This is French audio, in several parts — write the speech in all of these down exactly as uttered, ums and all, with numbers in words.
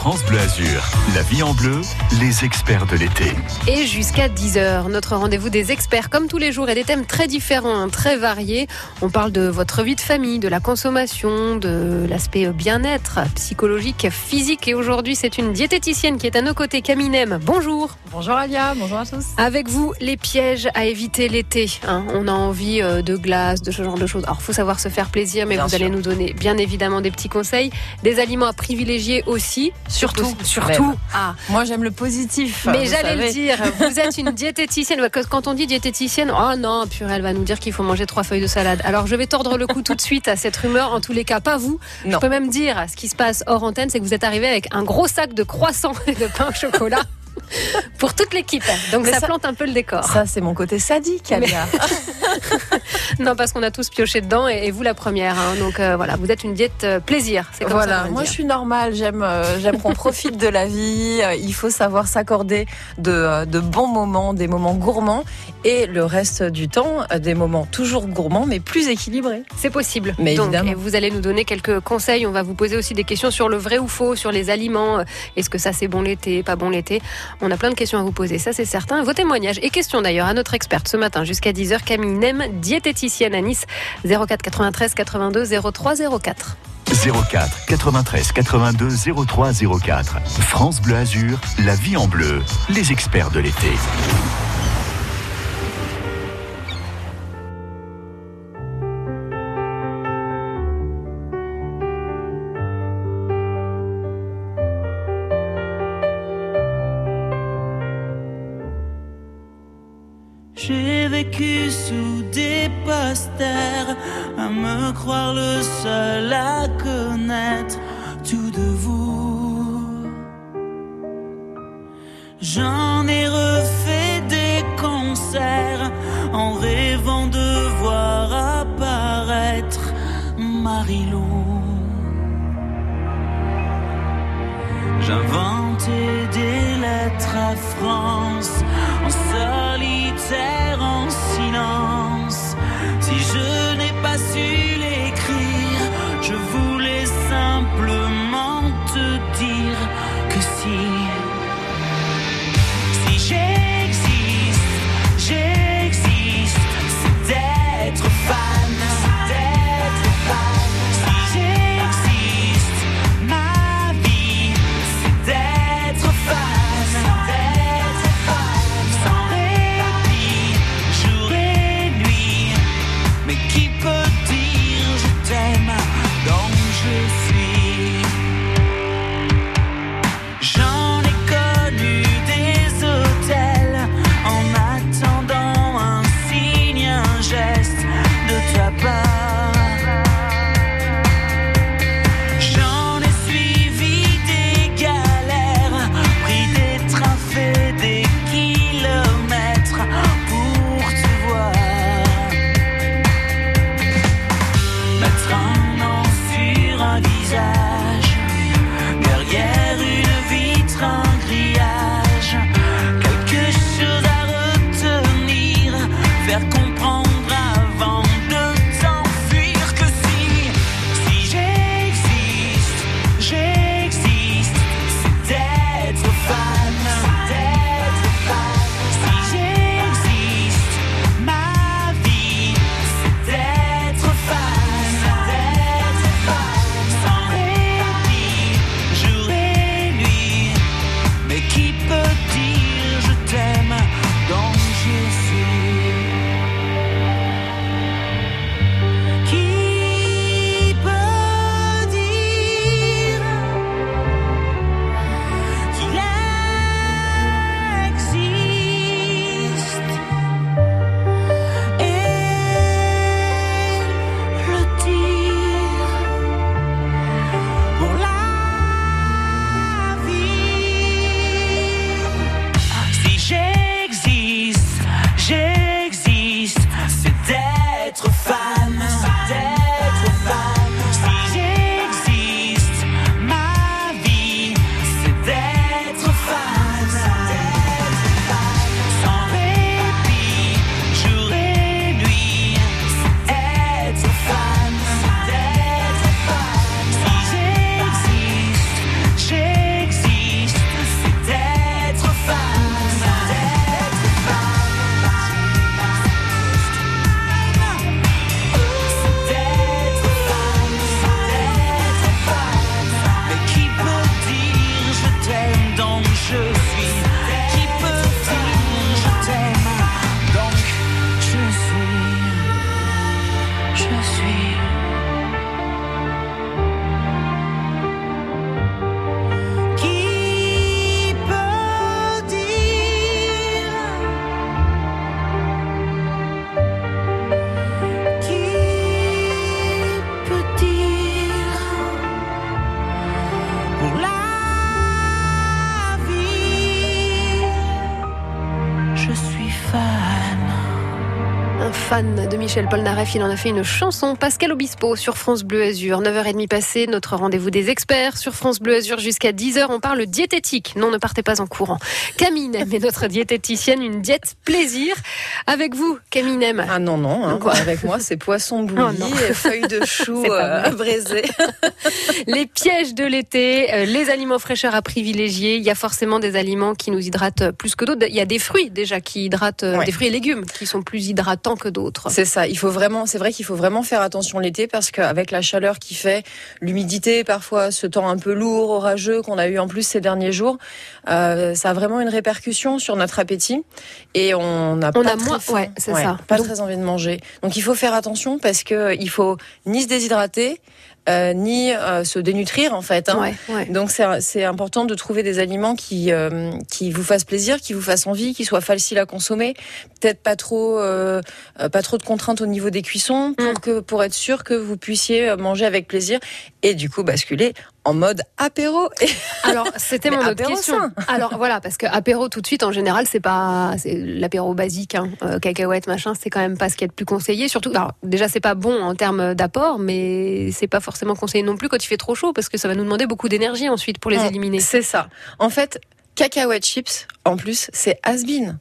France Bleu Azur. La vie en bleu, les experts de l'été. Et jusqu'à dix heures, notre rendez-vous des experts, comme tous les jours, et des thèmes très différents, très variés. On parle de votre vie de famille, de la consommation, de l'aspect bien-être psychologique, physique. Et aujourd'hui, c'est une diététicienne qui est à nos côtés, Camille Nem. Bonjour. Bonjour Alia, bonjour à tous. Avec vous, les pièges à éviter l'été. Hein, on a envie de glace, de ce genre de choses. Alors, il faut savoir se faire plaisir, mais bien vous sûr. Allez nous donner bien évidemment des petits conseils. Des aliments à privilégier aussi. Surtout. Surtout. Ah. Moi, j'aime le positif. Mais j'allais savez. le dire, vous êtes une diététicienne. Quand on dit diététicienne, oh non, purée, elle va nous dire qu'il faut manger trois feuilles de salade. Alors, je vais tordre le cou tout de suite à cette rumeur. En tous les cas, pas vous. Non. Je peux même dire, ce qui se passe hors antenne, c'est que vous êtes arrivé avec un gros sac de croissants et de pain au chocolat. Pour toute l'équipe. Donc ça, ça plante un peu le décor. Ça, c'est mon côté sadique, Alia. Mais... non, parce qu'on a tous pioché dedans et, et vous la première. Hein. Donc euh, voilà, vous êtes une diète euh, plaisir. C'est comme voilà, ça. Moi, dire. je suis normale. J'aime, euh, j'aime qu'on profite de la vie. Il faut savoir s'accorder de, de bons moments, des moments gourmands, et le reste du temps, des moments toujours gourmands, mais plus équilibrés. C'est possible. Mais Donc, évidemment. Et vous allez nous donner quelques conseils. On va vous poser aussi des questions sur le vrai ou faux, sur les aliments. Est-ce que ça c'est bon l'été, pas bon l'été? On a plein de questions à vous poser, ça c'est certain. Vos témoignages et questions d'ailleurs à notre experte ce matin jusqu'à dix heures, Camille Nem, diététicienne à Nice. zéro quatre quatre-vingt-treize quatre-vingt-deux zéro trois zéro quatre. zéro quatre quatre-vingt-treize quatre-vingt-deux zéro trois zéro quatre. France Bleu Azur, la vie en bleu, les experts de l'été. J'ai vécu sous des posters, à me croire le seul à connaître tout de vous. J'en ai refait des concerts, en rêvant de voir apparaître Marie-Lou. J'inventais des lettres à France, en solitaire, en silence. Si je n'ai pas su l'écrire, je voulais simplement te dire que si, si j'existe, j'existe, c'est d'être fan, c'est d'être fan. Si j'existe, ma vie, c'est d'être fan, d'être fan, sans répit, jour et nuit. Mais qui peut dire je t'aime, donc je suis. J'en fan de Michel Polnareff, il en a fait une chanson. Pascal Obispo sur France Bleu Azur. neuf heures trente passées, notre rendez-vous des experts sur France Bleu Azur jusqu'à dix heures. On parle diététique. Non, ne partez pas en courant. Camille Nem est notre diététicienne, une diète plaisir. Avec vous, Camille Nem. Ah non, non, hein, avec moi c'est poisson bouilli oh et feuilles de chou euh, braisées. Les pièges de l'été, euh, les aliments fraîcheurs à privilégier. Il y a forcément des aliments qui nous hydratent plus que d'autres. Il y a des fruits déjà qui hydratent, euh, ouais. des fruits et légumes qui sont plus hydratants que d'autres. C'est ça, il faut vraiment, c'est vrai qu'il faut vraiment faire attention l'été parce qu'avec la chaleur qui fait, l'humidité, parfois ce temps un peu lourd, orageux qu'on a eu en plus ces derniers jours, euh, ça a vraiment une répercussion sur notre appétit et on n'a pas a très moins, faim, ouais, c'est ouais, ça. pas Donc, très envie de manger. Donc il faut faire attention parce que il faut ni se déshydrater, Euh, ni euh, se dénutrir en fait. Hein. Ouais, ouais. Donc c'est, c'est important de trouver des aliments qui euh, qui vous fassent plaisir, qui vous fassent envie, qui soient faciles à consommer. Peut-être pas trop euh, pas trop de contraintes au niveau des cuissons pour mm. que pour être sûr que vous puissiez manger avec plaisir et du coup basculer en mode apéro. Alors c'était mon autre question. Sain. Alors voilà, parce que apéro tout de suite en général c'est pas c'est l'apéro basique, hein. euh, cacahuètes machin, c'est quand même pas ce qui est le plus conseillé. Surtout, alors déjà c'est pas bon en termes d'apport, mais c'est pas forcément conseillé non plus quand il fait trop chaud parce que ça va nous demander beaucoup d'énergie ensuite pour les mmh, éliminer. C'est ça. En fait. Cacahuètes chips, en plus, c'est has-been.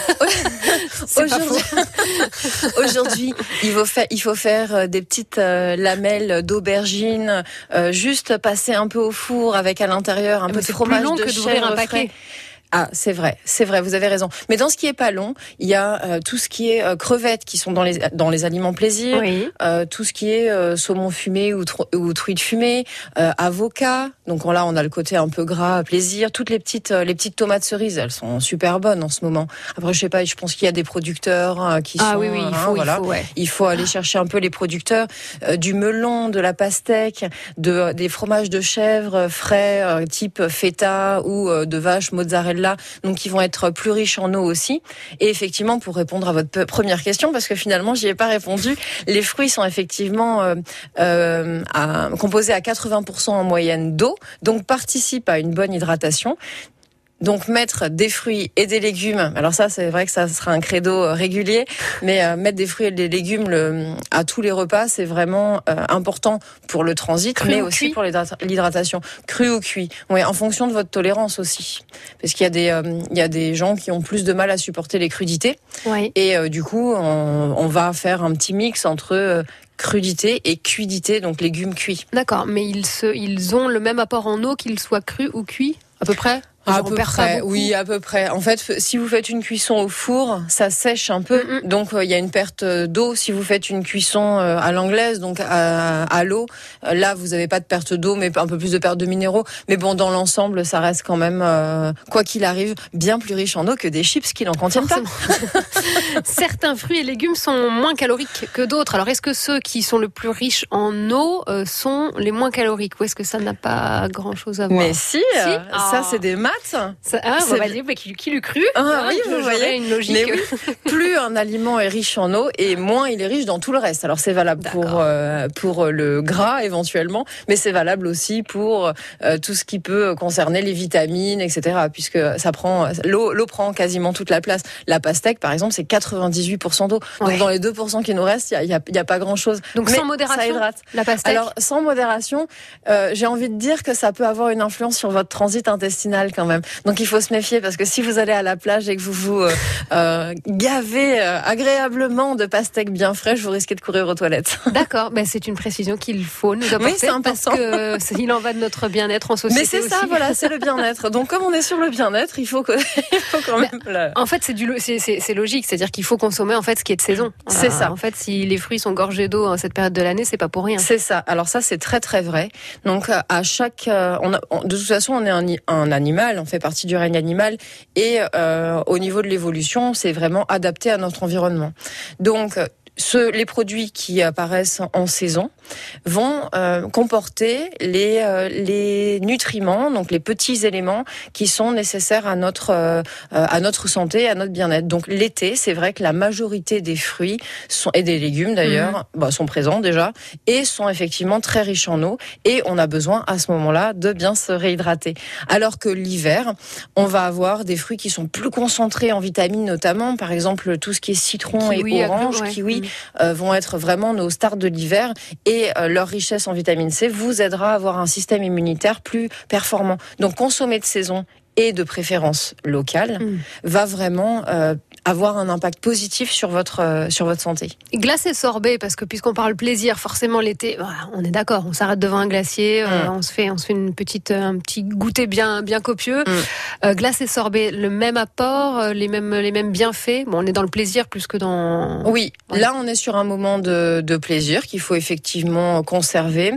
Aujourd'hui, aujourd'hui, il faut faire, il faut faire des petites euh, lamelles d'aubergine, euh, juste passer un peu au four avec à l'intérieur un Mais peu de fromage plus long de que d'ouvrir un paquet. Ah, c'est vrai, c'est vrai, vous avez raison. Mais dans ce qui est pas long, il y a euh, tout ce qui est euh, crevettes qui sont dans les dans les aliments plaisir, oui. euh, tout ce qui est euh, saumon fumé ou, tr- ou truite fumée, euh, avocat. Donc là, on a le côté un peu gras, plaisir. Toutes les petites euh, les petites tomates cerises, elles sont super bonnes en ce moment. Après, je sais pas, je pense qu'il y a des producteurs euh, qui ah, sont. oui, oui, il faut, hein, voilà. il faut, ouais. Il faut aller chercher un peu les producteurs euh, du melon, de la pastèque, de des fromages de chèvre frais, euh, type feta ou euh, de vache mozzarella. Donc, ils vont être plus riches en eau aussi. Et effectivement, pour répondre à votre première question, parce que finalement, j'y ai pas répondu, les fruits sont effectivement euh, euh, à, composés à quatre-vingts pour cent en moyenne d'eau, donc participent à une bonne hydratation. Donc mettre des fruits et des légumes, alors ça c'est vrai que ça sera un credo régulier, mais euh, mettre des fruits et des légumes le, à tous les repas, c'est vraiment euh, important pour le transit, cru mais ou aussi cuit. Pour l'hydratation. Cru ou cuit, oui, en fonction de votre tolérance aussi, parce qu'il y a des euh, il y a des gens qui ont plus de mal à supporter les crudités, oui. et euh, du coup on, on va faire un petit mix entre euh, crudité et cuidité, donc légumes cuits. D'accord, mais ils se ils ont le même apport en eau qu'ils soient crus ou cuits, à peu près. À peu près, oui, à peu près. En fait, si vous faites une cuisson au four, ça sèche un peu, mm-hmm. donc il euh, y a une perte d'eau. Si vous faites une cuisson euh, à l'anglaise, donc à, à l'eau, euh, là vous avez pas de perte d'eau, mais un peu plus de perte de minéraux. Mais bon, dans l'ensemble, ça reste quand même, euh, quoi qu'il arrive, bien plus riche en eau que des chips qui n'en contiennent pas. Certains fruits et légumes sont moins caloriques que d'autres. Alors, est-ce que ceux qui sont le plus riches en eau euh, sont les moins caloriques, ou est-ce que ça n'a pas grand-chose à voir? Mais si, si euh, oh. ça c'est des maths. Ça, ah, on va dire, bah, qui, qui l'eût cru? Ah, oui, vous voyez, une logique. Mais oui, plus un aliment est riche en eau et moins il est riche dans tout le reste. Alors c'est valable D'accord. pour euh, pour le gras éventuellement, mais c'est valable aussi pour euh, tout ce qui peut concerner les vitamines, et cetera. Puisque ça prend l'eau, l'eau prend quasiment toute la place. La pastèque, par exemple, c'est quatre-vingt-dix-huit pour cent d'eau. Ouais. Donc dans les deux pour cent qui nous restent, il y a, il y a pas grand-chose. Donc mais sans modération, ça hydrate. La pastèque. Alors sans modération, euh, j'ai envie de dire que ça peut avoir une influence sur votre transit intestinal quand même. Donc il faut se méfier parce que si vous allez à la plage et que vous vous euh, euh, gavez euh, agréablement de pastèques bien fraîches, vous risquez de courir aux toilettes. D'accord, ben c'est une précision qu'il faut nous apporter, oui, c'est important. Parce que il en va de notre bien-être en société. Mais c'est aussi. ça, voilà, c'est le bien-être. Donc comme on est sur le bien-être, il faut, que, il faut quand même. Ben, en fait, c'est du, c'est, c'est, c'est logique, c'est-à-dire qu'il faut consommer en fait ce qui est de saison. C'est euh, ça. En fait, si les fruits sont gorgés d'eau en cette période de l'année, c'est pas pour rien. C'est ça. Alors ça, c'est très très vrai. Donc à chaque, on a, on, de toute façon, on est un, un animal, on fait partie du règne animal, et euh, au niveau de l'évolution, c'est vraiment adapté à notre environnement. Donc Ce, les produits qui apparaissent en saison vont euh, comporter les, euh, les nutriments, donc les petits éléments qui sont nécessaires à notre, euh, à notre santé, à notre bien-être. Donc l'été, c'est vrai que la majorité des fruits sont, et des légumes d'ailleurs mmh. bah, sont présents déjà et sont effectivement très riches en eau et on a besoin à ce moment-là de bien se réhydrater. Alors que l'hiver, on va avoir des fruits qui sont plus concentrés en vitamines notamment, par exemple tout ce qui est citron kiwi, et orange, ouais. kiwi, mmh. Euh, vont être vraiment nos stars de l'hiver et euh, leur richesse en vitamine C vous aidera à avoir un système immunitaire plus performant. Donc consommer de saison et de préférence locale mmh. va vraiment euh, avoir un impact positif sur votre euh, sur votre santé. Glace et sorbet, parce que puisqu'on parle plaisir, forcément l'été, on est d'accord, on s'arrête devant un glacier, mmh. euh, on se fait on se fait une petite un petit goûter bien bien copieux. Mmh. Euh, glace et sorbet, le même apport, euh, les mêmes les mêmes bienfaits. Bon, on est dans le plaisir plus que dans. Oui, ouais. Là on est sur un moment de de plaisir qu'il faut effectivement conserver.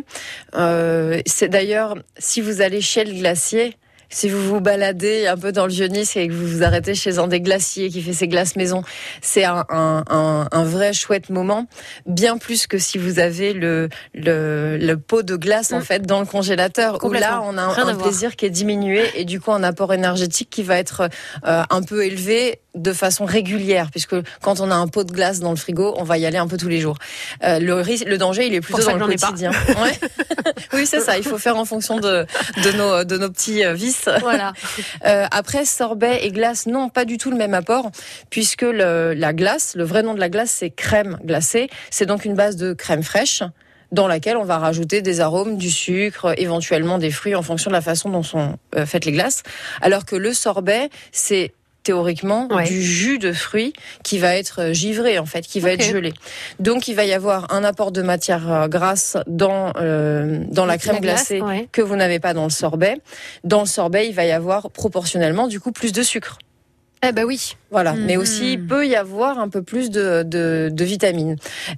Euh, c'est d'ailleurs si vous allez chez le glacier. Si vous vous baladez un peu dans le Vieux-Nice et que vous vous arrêtez chez un des glaciers qui fait ses glaces maison, c'est un, un, un, un vrai chouette moment, bien plus que si vous avez le, le, le pot de glace mmh. en fait dans le congélateur, où là on a un, un plaisir qui est diminué et du coup un apport énergétique qui va être euh, un peu élevé de façon régulière, puisque quand on a un pot de glace dans le frigo, on va y aller un peu tous les jours. Euh, le, risque, le danger, il est plutôt dans le quotidien. Ouais. Oui, c'est ça. Il faut faire en fonction de, de nos, de nos petits vices. Voilà. Euh, après, sorbet et glace, non, pas du tout le même apport, puisque le, la glace, le vrai nom de la glace, c'est crème glacée. C'est donc une base de crème fraîche, dans laquelle on va rajouter des arômes, du sucre, éventuellement des fruits, en fonction de la façon dont sont euh, faites les glaces. Alors que le sorbet, c'est théoriquement ouais. du jus de fruits qui va être givré en fait, qui va okay. être gelé. Donc il va y avoir un apport de matière grasse dans euh, dans la crème la glacée glace, ouais. que vous n'avez pas dans le sorbet. Dans le sorbet, il va y avoir proportionnellement du coup plus de sucre. Eh ben oui. Voilà, mmh. mais aussi il peut y avoir un peu plus de, de, de vitamines.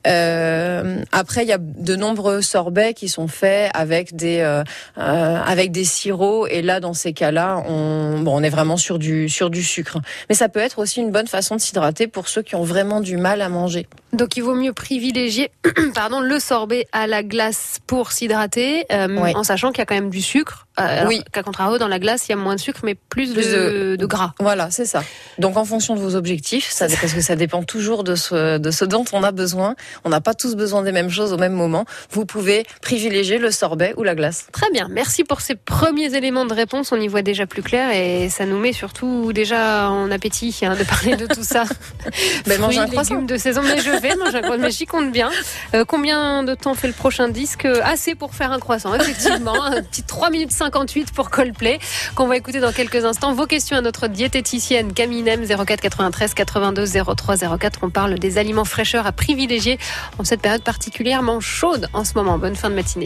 Euh, après, il y a de nombreux sorbets qui sont faits avec des euh, euh, avec des sirops, et là, dans ces cas-là, on bon, on est vraiment sur du sur du sucre. Mais ça peut être aussi une bonne façon de s'hydrater pour ceux qui ont vraiment du mal à manger. Donc, il vaut mieux privilégier, pardon, le sorbet à la glace pour s'hydrater, euh, oui. en sachant qu'il y a quand même du sucre. Euh, oui. Qu'à contrario, dans la glace, il y a moins de sucre, mais plus, plus de, de, de gras. Voilà, c'est ça. Donc, en fonction de vos objectifs, ça, parce que ça dépend toujours de ce, de ce dont on a besoin. On n'a pas tous besoin des mêmes choses au même moment. Vous pouvez privilégier le sorbet ou la glace. Très bien. Merci pour ces premiers éléments de réponse. On y voit déjà plus clair et ça nous met surtout déjà en appétit hein, de parler de tout ça. Ben, manger un croissant. Légumes de saison, mais je vais manger un croissant. Mais j'y compte bien. Euh, combien de temps fait le prochain disque ? Assez pour faire un croissant, effectivement. Un petit trois minutes cinquante-huit pour Coldplay, qu'on va écouter dans quelques instants. Vos questions à notre diététicienne Camille Nem, zéro quatre quatre-vingt-treize quatre-vingt-deux zéro trois zéro quatre. On parle des aliments fraîcheurs à privilégier en cette période particulièrement chaude en ce moment. Bonne fin de matinée.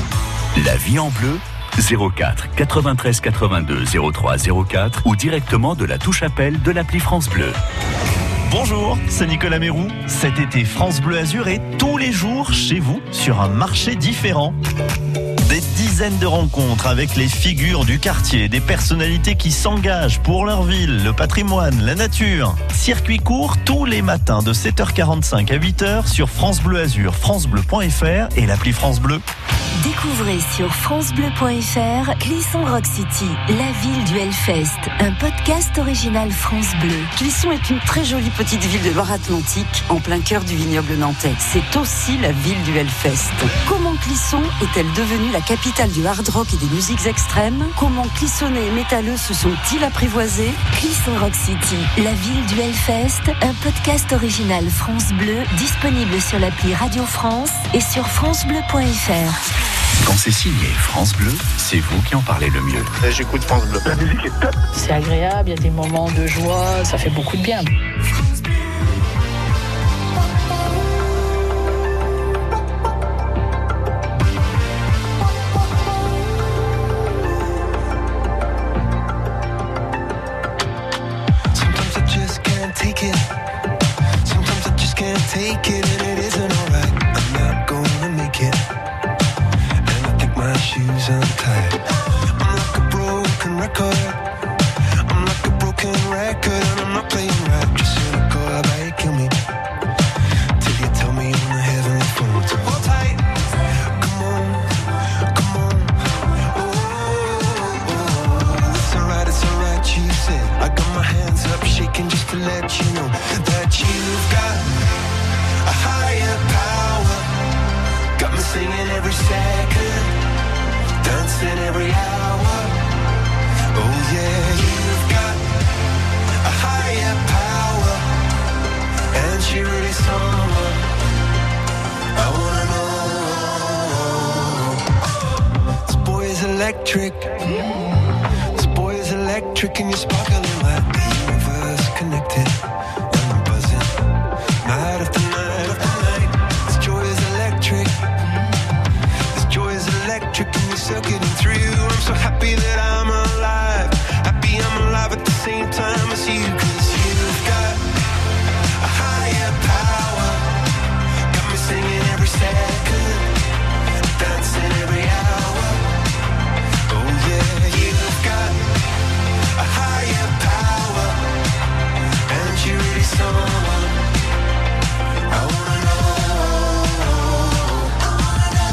La vie en bleu, zéro quatre quatre-vingt-treize quatre-vingt-deux zéro trois zéro quatre ou directement de la touche appel de l'appli France Bleu. Bonjour, c'est Nicolas Mérou. Cet été, France Bleu Azur est tous les jours chez vous sur un marché différent. Des dizaines de rencontres avec les figures du quartier, des personnalités qui s'engagent pour leur ville, le patrimoine, la nature. Circuit court tous les matins de sept heures quarante-cinq à huit heures sur France Bleu Azur, francebleu point f r et l'appli France Bleu. Découvrez sur francebleu point f r Clisson Rock City, la ville du Hellfest, un podcast original France Bleu. Clisson est une très jolie petite ville de Loire-Atlantique, en plein cœur du vignoble nantais. C'est aussi la ville du Hellfest. Comment Clisson est-elle devenue la capitale du hard rock et des musiques extrêmes? Comment Clissonnais et métalleux se sont-ils apprivoisés? Clisson Rock City, la ville du Hellfest, un podcast original France Bleu, disponible sur l'appli Radio France et sur francebleu point f r. Quand c'est signé France Bleu, c'est vous qui en parlez le mieux. J'écoute France Bleu. La musique est top. C'est agréable, il y a des moments de joie, ça fait beaucoup de bien. Take it and it isn't alright. I'm not gonna make it. And I think my shoes untied. I'm like a broken record. I'm like a broken record and I'm not playing right. Just cynical, how about you kill me till you tell to let you know that you've got a higher power. Got me singing every second, dancing every hour. Oh yeah, you've got a higher power, and she really someone I wanna know. This boy is electric. This boy is electric, and you're sparkling like the universe connected. And I'm buzzing night after night after night. This joy is electric. This joy is electric, and you're circuiting through. I'm so happy that I'm alive. Happy I'm alive at the same time as you, 'cause you've got a higher power. Got me singing every second, dancing every hour. Oh yeah, you've got a higher power, and you're really someone I wanna know. I wanna know.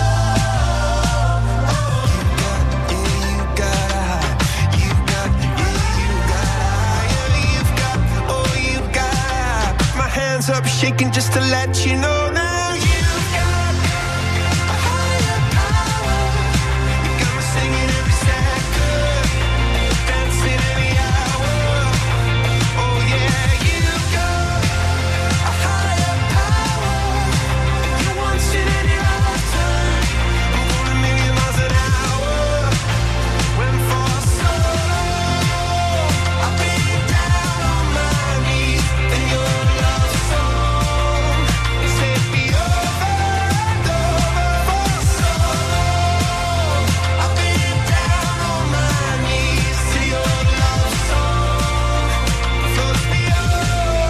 You got, yeah, you got a high. You got, yeah, you got a high. Yeah, you've got, oh, you got. My hands up shaking just to let you know now. You've got a higher power. You got me singing every second, dancing every hour. Oh yeah, you've got a higher power. You once in any lifetime. I'm going a million miles an hour. Went for so long, I've been down on my knees, and your love song has hit me over and over for so long. I've been down on my knees till your love song floats me over.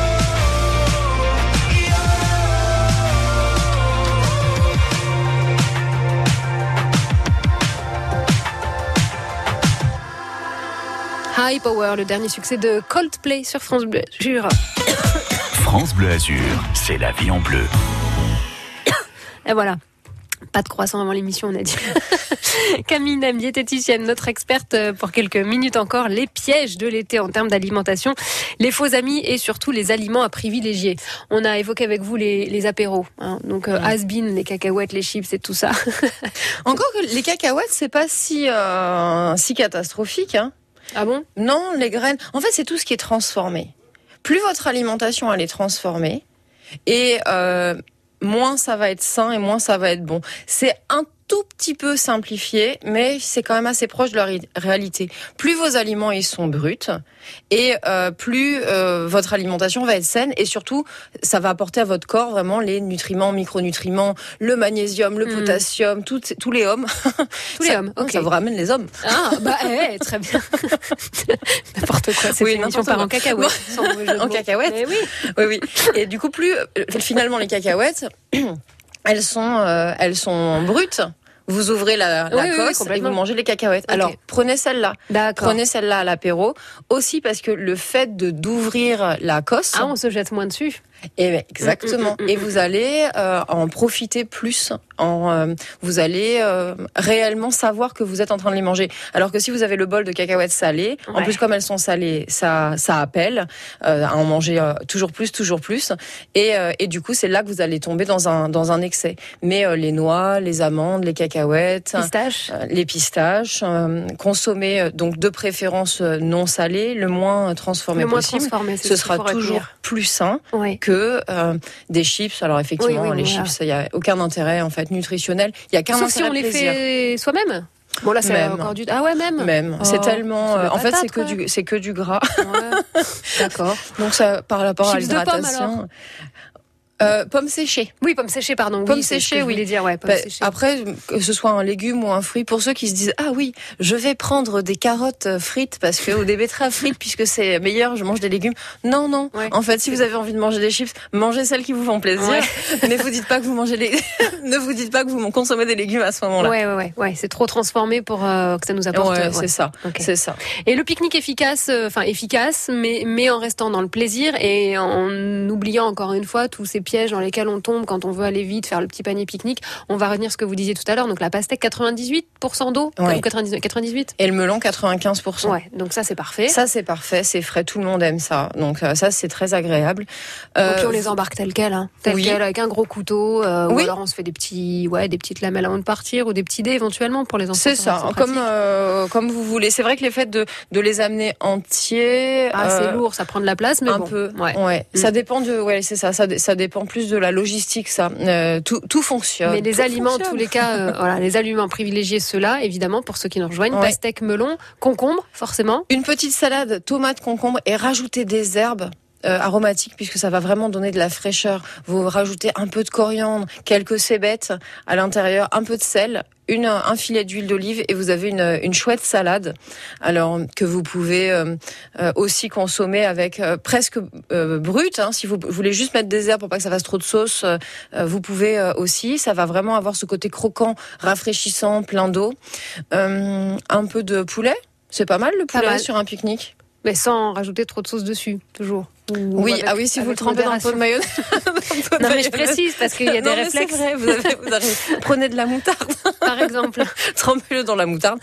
High Power, le dernier succès de Coldplay sur France Bleu. Jure. France Bleu Azur, c'est la vie en bleu. Et voilà. Pas de croissant avant l'émission, on a dit. Camille Nem, diététicienne, notre experte pour quelques minutes encore. Les pièges de l'été en termes d'alimentation, les faux amis et surtout les aliments à privilégier. On a évoqué avec vous les, les apéros, hein. Donc euh, has-been, les cacahuètes, les chips et tout ça. Encore que les cacahuètes, c'est pas si euh, si catastrophique, hein. Ah bon ? Non, les graines. En fait, c'est tout ce qui est transformé. Plus votre alimentation elle est transformée, et euh, moins ça va être sain et moins ça va être bon. C'est un tout petit peu simplifié, mais c'est quand même assez proche de la ré- réalité. Plus vos aliments ils sont bruts, et euh, plus euh, votre alimentation va être saine, et surtout ça va apporter à votre corps vraiment les nutriments, micronutriments, le magnésium, le Mm. potassium, tout, tous les hommes. Tous les Ça- hommes, ok. Ça vous ramène les hommes. Ah, bah, eh, très bien. N'importe quoi, cette Oui, émission n'importe part quoi. en cacahuètes. sans mauvais jeu de En mots. cacahuètes. Mais oui. Oui, oui. Et du coup, plus euh, finalement les cacahuètes, elles sont, euh, elles sont brutes. Vous ouvrez la, la Oui, oui, oui, cosse et complètement. vous mangez les cacahuètes. Ok. Alors prenez celle-là. D'accord. Prenez celle-là à l'apéro. Aussi parce que le fait de d'ouvrir la cosse, Ah, on se jette moins dessus. et ben, exactement. Mm, mm, mm, Et vous allez euh, en profiter plus. En, euh, vous allez euh, réellement savoir que vous êtes en train de les manger. Alors que si vous avez le bol de cacahuètes salées, en Ouais. plus comme elles sont salées, ça, ça appelle euh, à en manger euh, toujours plus, toujours plus. Et, euh, et du coup, c'est là que vous allez tomber dans un dans un excès. Mais euh, les noix, les amandes, les cacahuètes, Pistache. euh, les pistaches, euh, consommer euh, donc de préférence euh, non salé, le moins euh, transformé Le moins possible. transformé, c'est Ce ce qu'il sera faut toujours retenir. plus sain Ouais. que euh, des chips. Alors effectivement, Oui, oui, les voilà. chips, il y a aucun intérêt en fait nutritionnel. Il y a qu'un Sauf si intérêt on les plaisir. fait soi-même. Bon, là, c'est Même. encore du. Ah ouais, même. Même, Oh, c'est tellement. c'est de euh, en fait, patate, c'est que quoi. du, c'est que du gras. Ouais. D'accord. Donc ça, par rapport à Chips de pommes, alors l'hydratation. Euh, pommes séchées. Oui, pommes séchées, pardon. Pommes oui, c'est ce que séchées, je oui. voulais dire, ouais, pommes Bah, séchées. après, que ce soit un légume ou un fruit, pour ceux qui se disent ah oui, je vais prendre des carottes frites parce que ou des betteraves frites puisque c'est meilleur, je mange des légumes. Non, non. Ouais. En fait, si vous avez envie de manger des chips, mangez celles qui vous font plaisir. Ouais. Mais vous dites pas que vous mangez les. ne vous dites pas que vous consommez des légumes à ce moment-là. Ouais, ouais, ouais, ouais. C'est trop transformé pour euh, que ça nous apporte. Ouais, euh, c'est ça, Ok. c'est ça. Et le pique-nique efficace, euh, enfin efficace, mais mais en restant dans le plaisir et en oubliant encore une fois tous ces pièges pièges dans lesquels on tombe quand on veut aller vite, faire le petit panier pique-nique. On va retenir ce que vous disiez tout à l'heure. Donc la pastèque, quatre-vingt-dix-huit pour cent d'eau, Ouais. ou quatre-vingt-dix-neuf, quatre-vingt-dix-huit. Et le melon, quatre-vingt-quinze pour cent. Ouais, donc ça c'est parfait. Ça, c'est parfait, c'est frais, tout le monde aime ça. Donc euh, ça, c'est très agréable. Et puis on les embarque tel quel, hein. tel oui. quel, avec un gros couteau, euh, Oui. ou alors on se fait des petits, ouais, des petites lamelles avant de partir, ou des petits dés éventuellement pour les enfants. C'est ça, va, comme pratique. euh, comme vous voulez. C'est vrai que les fait de de les amener entiers, Ah, c'est euh, lourd, ça prend de la place, mais un bon. peu. Ouais. Ouais. Mm. Ça dépend de, ouais, c'est ça. Ça, dé- ça dépend plus de la logistique, ça. Euh, tout tout fonctionne. Mais les Tout aliments, en fonctionne. tous les cas, euh, voilà, les aliments privilégiés, ceux-là, évidemment, pour ceux qui nous rejoignent, Ouais. pastèque, melon, concombre, forcément. Une petite salade, tomate, concombre et rajouter des herbes. Euh, aromatiques, puisque ça va vraiment donner de la fraîcheur. Vous rajoutez un peu de coriandre, quelques cébettes à l'intérieur, un peu de sel, une, un filet d'huile d'olive et vous avez une, une chouette salade. Alors que vous pouvez euh, euh, aussi consommer avec euh, presque euh, brut. Hein, si vous voulez juste mettre des herbes pour pas que ça fasse trop de sauce, euh, vous pouvez euh, aussi. Ça va vraiment avoir ce côté croquant, rafraîchissant, plein d'eau. Euh, un peu de poulet. C'est pas mal le Pas poulet mal. sur un pique-nique. Mais sans rajouter trop de sauce dessus, toujours. Ou Oui, avec- ah oui, si vous le avec trempez dans un pot de mayonnaise. Non, mais je précise parce qu'il y a des Non, mais réflexes. c'est vrai, vous avez, vous avez- prenez de la moutarde, Par exemple. trempez-le dans la moutarde.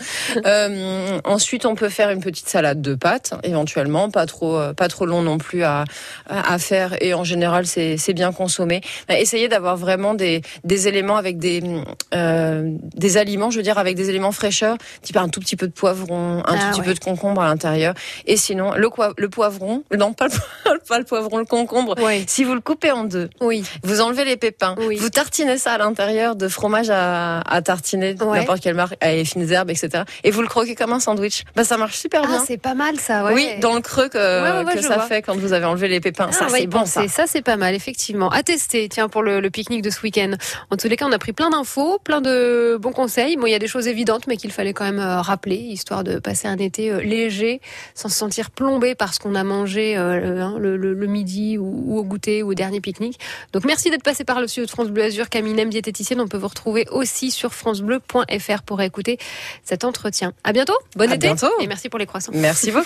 Euh, ensuite, on peut faire une petite salade de pâtes, éventuellement, pas trop, euh, pas trop long non plus à, à à faire. Et en général, c'est, c'est bien consommé. Essayez d'avoir vraiment des, des éléments avec des, euh, des aliments, je veux dire, avec des éléments fraîcheurs, type un tout petit peu de poivron, un Ah, tout petit ouais. peu de concombre à l'intérieur. Et sinon, le, quoi- le poivron, non, pas le, pas le poivron, le concombre. Oui. Si vous le coupez en deux, Oui. vous enlevez les pépins, Oui. vous tartinez ça à l'intérieur de fromage à, à tartiner, Ouais. n'importe quelle marque, avec les fines herbes, et cetera. Et vous le croquez comme un sandwich. Bah, ça marche super Ah, bien. c'est pas mal ça, ouais. Oui, dans le creux que, Ouais, ouais, ouais, que je ça vois. fait quand vous avez enlevé les pépins. Ah, ça, on va y c'est bon, penser. ça. Ça, c'est pas mal, effectivement. À tester, tiens, pour le, le pique-nique de ce week-end. En tous les cas, on a pris plein d'infos, plein de bons conseils. Bon, il y a des choses évidentes, mais qu'il fallait quand même euh, rappeler, histoire de passer un été euh, léger, sans se sentir plombé par ce qu'on a mangé euh, hein, le, le, le midi ou, ou au goûter ou au dernier pique-nique. Donc, merci d'être passé par le studio de France Bleu Azur. Camille Nem, diététicienne, on peut vous retrouver aussi sur francebleu point f r pour écouter cet entretien. À bientôt, bon À été, bientôt. et merci pour les croissants. Merci beaucoup.